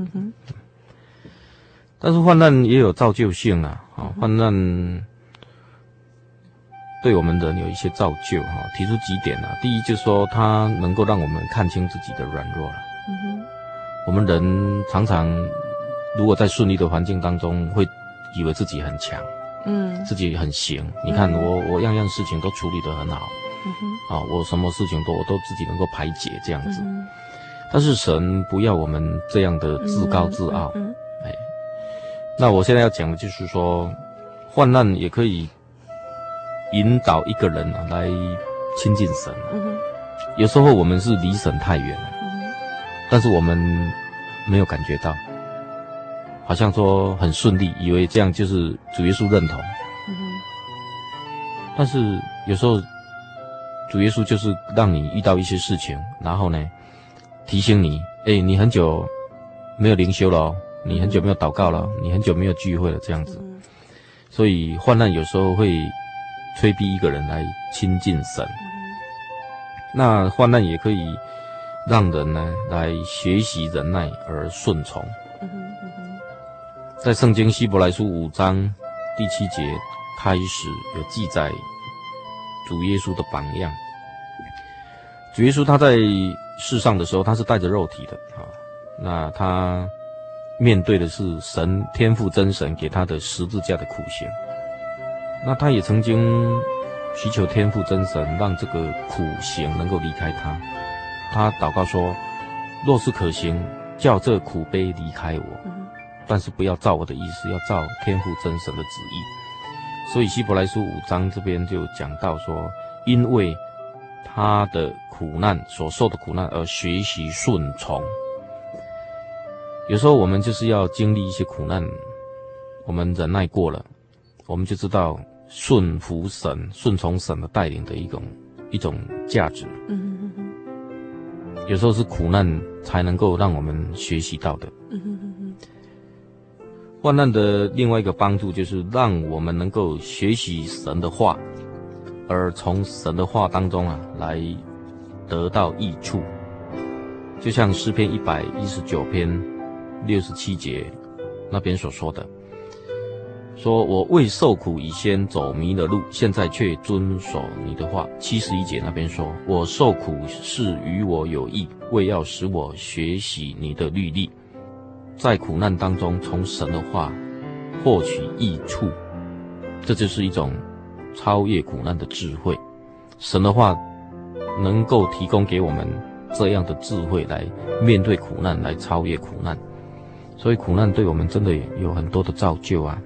但是患难也有造就性患难对我们人有一些造就提出几点第一就是说，它能够让我们看清自己的软弱了。我们人常常如果在顺利的环境当中，会以为自己很强，自己很行。你看我样样事情都处理得很好，我什么事情我都自己能够排解这样子。但是神不要我们这样的自高自傲。那我现在要讲的就是说，患难也可以引导一个人来亲近神。有时候我们是离神太远了，但是我们没有感觉到，好像说很顺利，以为这样就是主耶稣认同。但是有时候主耶稣就是让你遇到一些事情，然后呢提醒你，你很久没有灵修了你很久没有祷告了，你很久没有聚会了这样子。所以患难有时候会催逼一个人来亲近神。那患难也可以让人呢来学习忍耐而顺从。在圣经希伯来书5章第7节开始有记载主耶稣的榜样。主耶稣他在世上的时候，他是带着肉体的那他面对的是神天父真神给他的十字架的苦刑。那他也曾经祈求天父真神让这个苦刑能够离开他。他祷告说，若是可行，叫这苦杯离开我，但是不要照我的意思，要照天父真神的旨意。所以希伯来书5章这边就讲到说，因为他的苦难所受的苦难而学习顺从。 有时候我们就是要经历一些苦难，我们忍耐过了，我们就知道顺服神、顺从神的带领的一种价值。有时候是苦难才能够让我们学习到的。患难的另外一个帮助就是让我们能够学习神的话，而从神的话当中来得到益处。就像诗篇119篇67节那边所说的，说我为受苦以先走迷了路，现在却遵守你的话。71节那边说，我受苦是与我有益，为要使我学习你的律例。在苦难当中从神的话获取益处，这就是一种超越苦难的智慧。神的话能够提供给我们这样的智慧来面对苦难，来超越苦难。所以苦难对我们真的有很多的造就啊。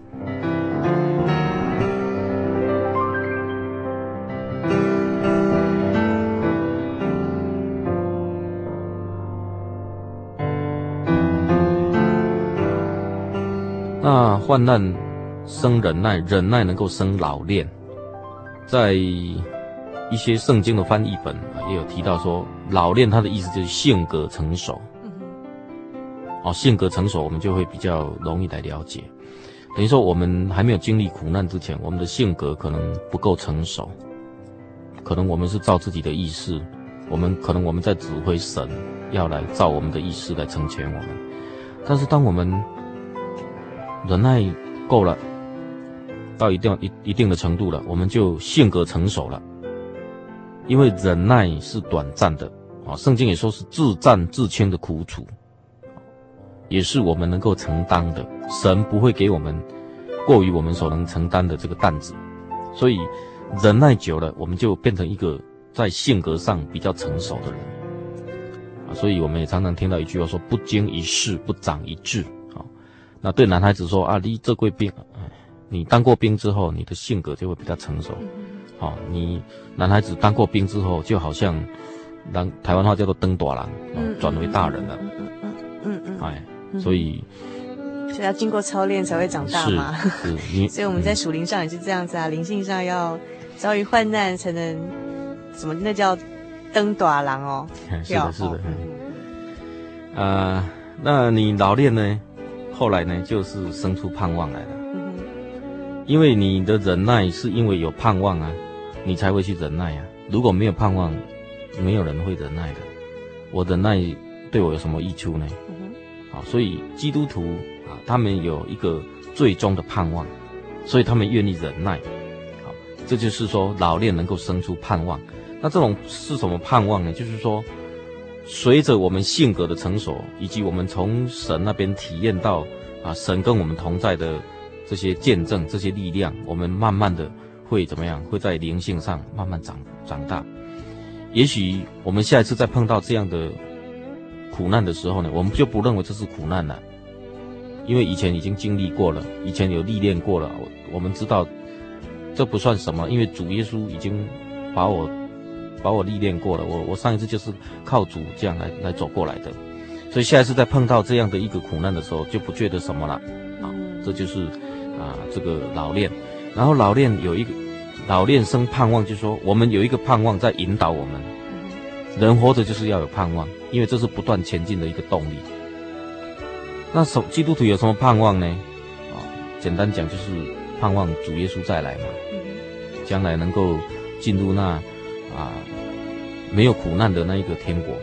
那患难生忍耐，忍耐能够生老练。在一些圣经的翻译本也有提到说，老练它的意思就是性格成熟。性格成熟我们就会比较容易来了解。等于说我们还没有经历苦难之前，我们的性格可能不够成熟，可能我们是照自己的意识，可能我们在指挥神要来照我们的意识来成全我们。但是当我们忍耐够了，到一定的程度了，我们就性格成熟了。因为忍耐是短暂的圣经也说是自战自清的苦楚，也是我们能够承担的。神不会给我们过于我们所能承担的这个担子，所以忍耐久了，我们就变成一个在性格上比较成熟的人所以我们也常常听到一句话说，不经一事不长一智那对男孩子说你这过兵，你当过兵之后，你的性格就会比较成熟。你男孩子当过兵之后，就好像台湾话叫做登大人，转为大人了。所以要经过操练才会长大嘛。所以我们在属灵上也是这样子灵性上要遭遇患难才能什么，那叫登大人是的，是的。那你老练呢？后来呢，就是生出盼望来了。因为你的忍耐是因为有盼望你才会去忍耐如果没有盼望，没有人会忍耐的。我忍耐对我有什么益处呢？所以基督徒他们有一个最终的盼望，所以他们愿意忍耐。这就是说老练能够生出盼望。那这种是什么盼望呢？就是说随着我们性格的成熟，以及我们从神那边体验到神跟我们同在的这些见证，这些力量，我们慢慢的会怎么样？会在灵性上慢慢长大。也许我们下一次再碰到这样的苦难的时候呢，我们就不认为这是苦难了，因为以前已经经历过了，以前有历练过了，我们知道这不算什么，因为主耶稣已经把我历练过了，我上一次就是靠主这样来走过来的，所以下一次再碰到这样的一个苦难的时候，就不觉得什么了这就是这个老练。然后老练生盼望，就是说我们有一个盼望在引导我们。人活着就是要有盼望，因为这是不断前进的一个动力。那基督徒有什么盼望呢？简单讲就是盼望主耶稣再来嘛，将来能够进入那没有苦难的那一个天国嘛。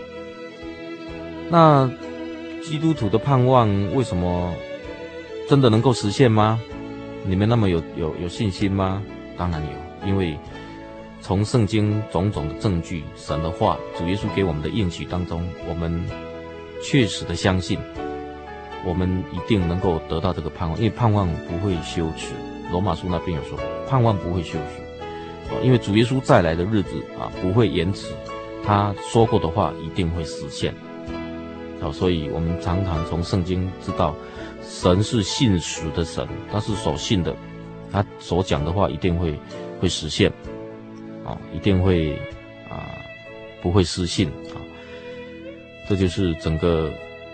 那基督徒的盼望为什么真的能够实现吗？你们那么有信心吗？当然有，因为从圣经种种的证据，神的话，主耶稣给我们的应许当中，我们确实的相信，我们一定能够得到这个盼望，因为盼望不会羞耻。罗马书那边有说，盼望不会羞耻，因为主耶稣再来的日子不会延迟，他说过的话一定会实现。所以我们常常从圣经知道，神是信实的神，他是所信的，他所讲的话一定会实现，一定会不会失信这就是整个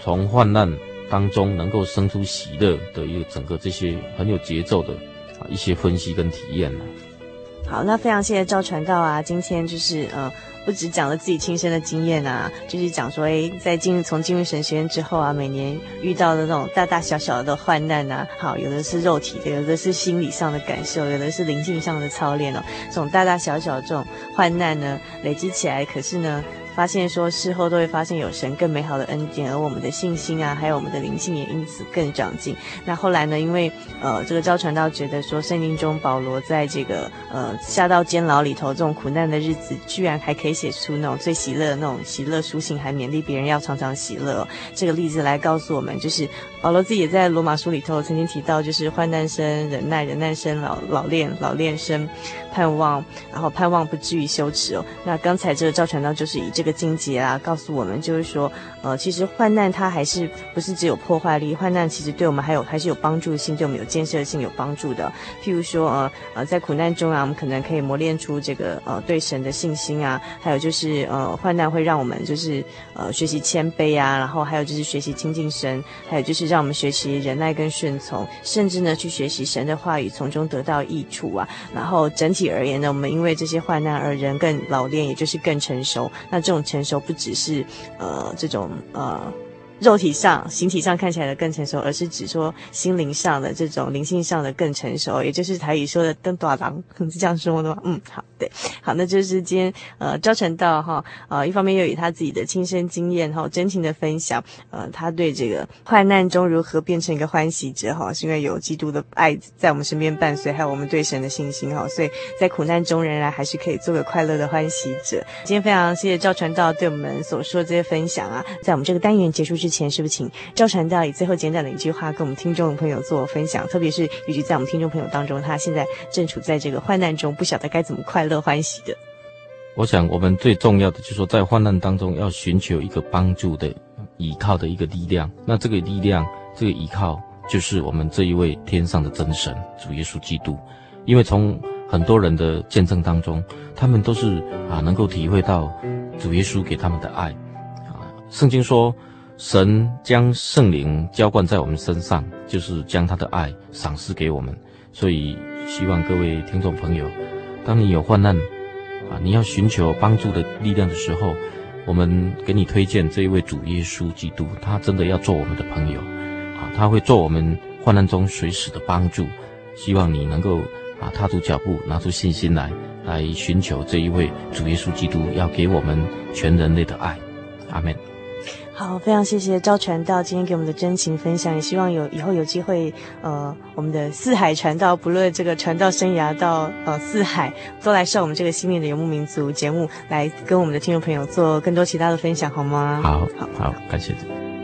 从患难当中能够生出喜乐的一个整个这些很有节奏的一些分析跟体验。 好，那非常谢谢赵传道啊，今天就是不只讲了自己亲身的经验啊，就是讲说在从进入神学院之后啊，每年遇到的那种大大小小的患难啊，好，有的是肉体的，有的是心理上的感受，有的是灵性上的操练哦，这种大大小小的这种患难呢，累积起来，可是呢发现说事后都会发现有神更美好的恩典，而我们的信心啊，还有我们的灵性也因此更长进。那后来呢，因为这个赵传道觉得说圣经中保罗在这个下到监牢里头这种苦难的日子，居然还可以写出那种最喜乐的那种喜乐书信，还勉励别人要常常喜乐这个例子来告诉我们，就是保罗自己也在罗马书里头曾经提到，就是患难生忍耐，忍耐生老练生盼望，然后盼望不至于羞耻哦。那刚才这个赵传道就是以这个经节啊告诉我们，就是说其实患难它还是不是只有破坏力，患难其实对我们还是有帮助性，对我们有建设性有帮助的。譬如说在苦难中啊，我们可能可以磨练出这个对神的信心啊，还有就是患难会让我们就是学习谦卑啊，然后还有就是学习亲近神，还有就是让我们学习忍耐跟顺从，甚至呢去学习神的话语，从中得到益处啊。然后整体而言呢，我们因为这些患难而人更老练，也就是更成熟。那这种成熟不只是这种肉体上形体上看起来的更成熟，而是指说心灵上的这种灵性上的更成熟，也就是台语说的登大郎，是这样说的吗？好，对，好，那就是今天赵传道一方面又以他自己的亲身经验真情的分享，他对这个患难中如何变成一个欢喜者是因为有基督的爱在我们身边伴随，还有我们对神的信心所以在苦难中仍然还是可以做个快乐的欢喜者。今天非常谢谢赵传道对我们所说的这些分享啊，在我们这个单元结束之前，是不是请赵传道以最后简短的一句话跟我们听众朋友做分享，特别是尤其在我们听众朋友当中，他现在正处在这个患难中，不晓得该怎么快乐欢喜的。 我想我们最重要的就是说，在患难当中要寻求一个帮助的依靠的一个力量，那这个力量这个依靠就是我们这一位天上的真神主耶稣基督。因为从很多人的见证当中，他们都是能够体会到主耶稣给他们的爱圣经说神将圣灵浇灌在我们身上，就是将他的爱赏赐给我们。所以希望各位听众朋友，当你有患难你要寻求帮助的力量的时候，我们给你推荐这一位主耶稣基督，他真的要做我们的朋友他会做我们患难中随时的帮助。希望你能够踏出脚步，拿出信心来寻求这一位主耶稣基督要给我们全人类的爱。阿们。 好，非常谢谢赵传道今天给我们的真情分享，也希望以后有机会我们的四海传道，不论这个传道生涯到四海，都来上我们这个新年的游牧民族节目，来跟我们的听众朋友做更多其他的分享，好吗？ 好，感谢。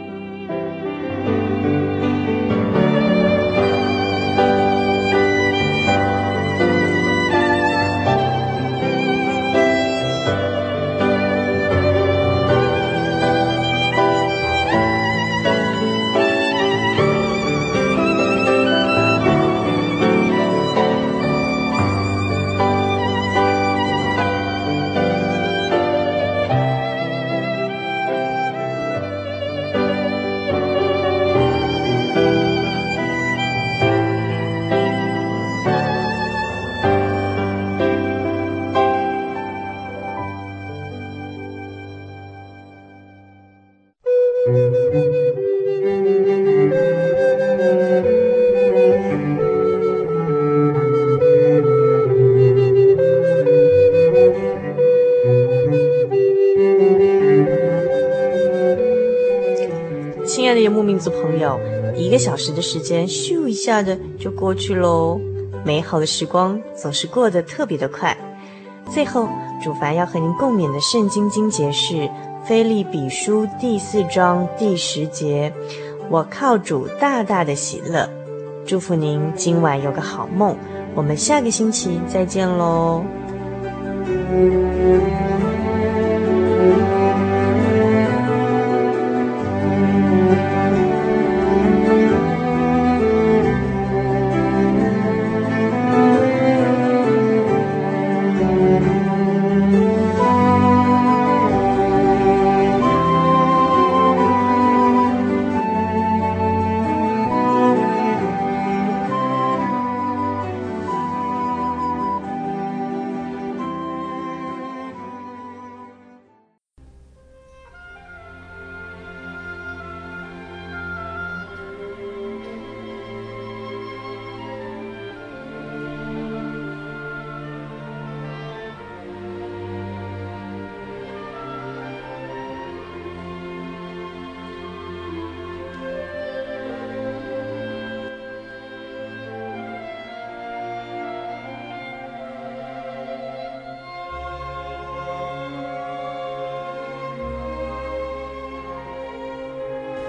朋友，1个小时的时间咻一下的就过去咯，美好的时光总是过得特别的快。最后主凡要和您共勉的圣经经节是腓立比书第4章第10节，我靠主大大的喜乐。祝福您今晚有个好梦，我们下个星期再见咯。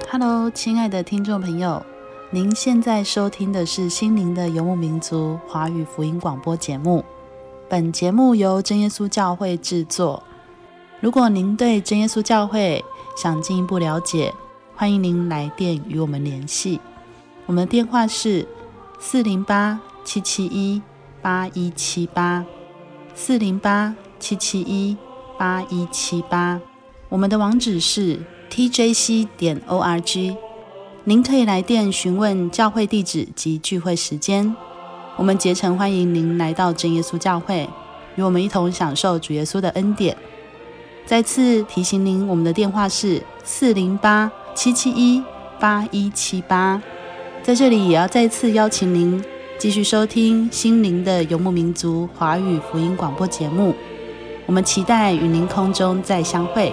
Hello， 亲爱的听众朋友，您现在收听的是心灵的游牧民族华语福音广播节目。本节目由真耶稣教会制作。如果您对真耶稣教会想进一步了解，欢迎您来电与我们联系。我们的电话是408-771-8178 408-771-8178。我们的网址是 tjc.org， 您可以来电询问教会地址及聚会时间。我们竭诚欢迎您来到真耶稣教会，与我们一同享受主耶稣的恩典。再次提醒您，我们的电话是408-771-8178。在这里也要再次邀请您继续收听心灵的游牧民族华语福音广播节目，我们期待与您空中再相会。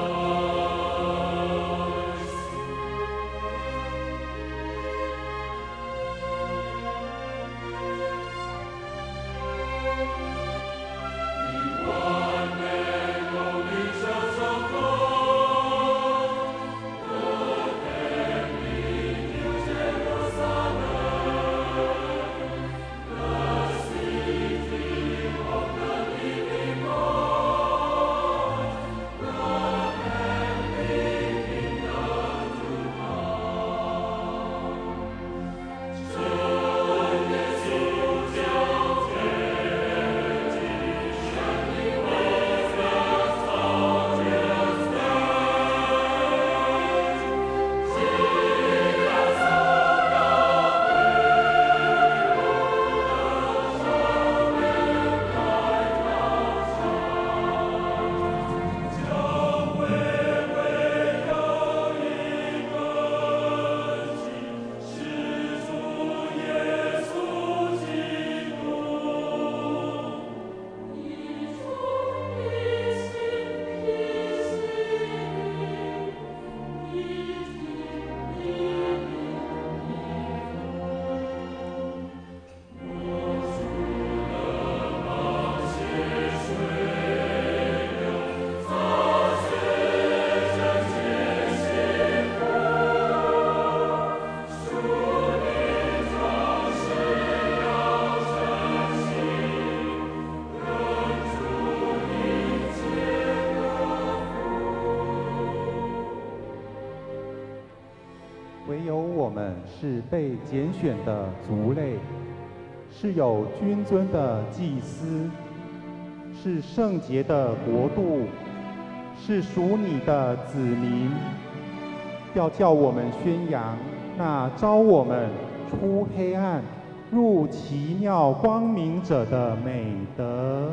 唯有我们是被拣选的族类，是有君尊的祭司，是圣洁的国度，是属你的子民，要叫我们宣扬那召我们出黑暗入奇妙光明者的美德。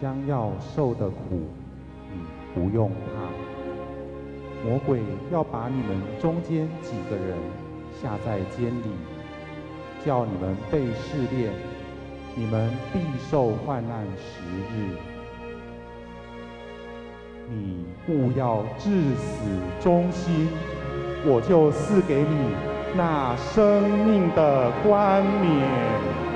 将要受的苦，你不用怕。魔鬼要把你们中间几个人下在监里，叫你们被试炼，你们必受患难10日。你务要至死忠心，我就赐给你那生命的冠冕。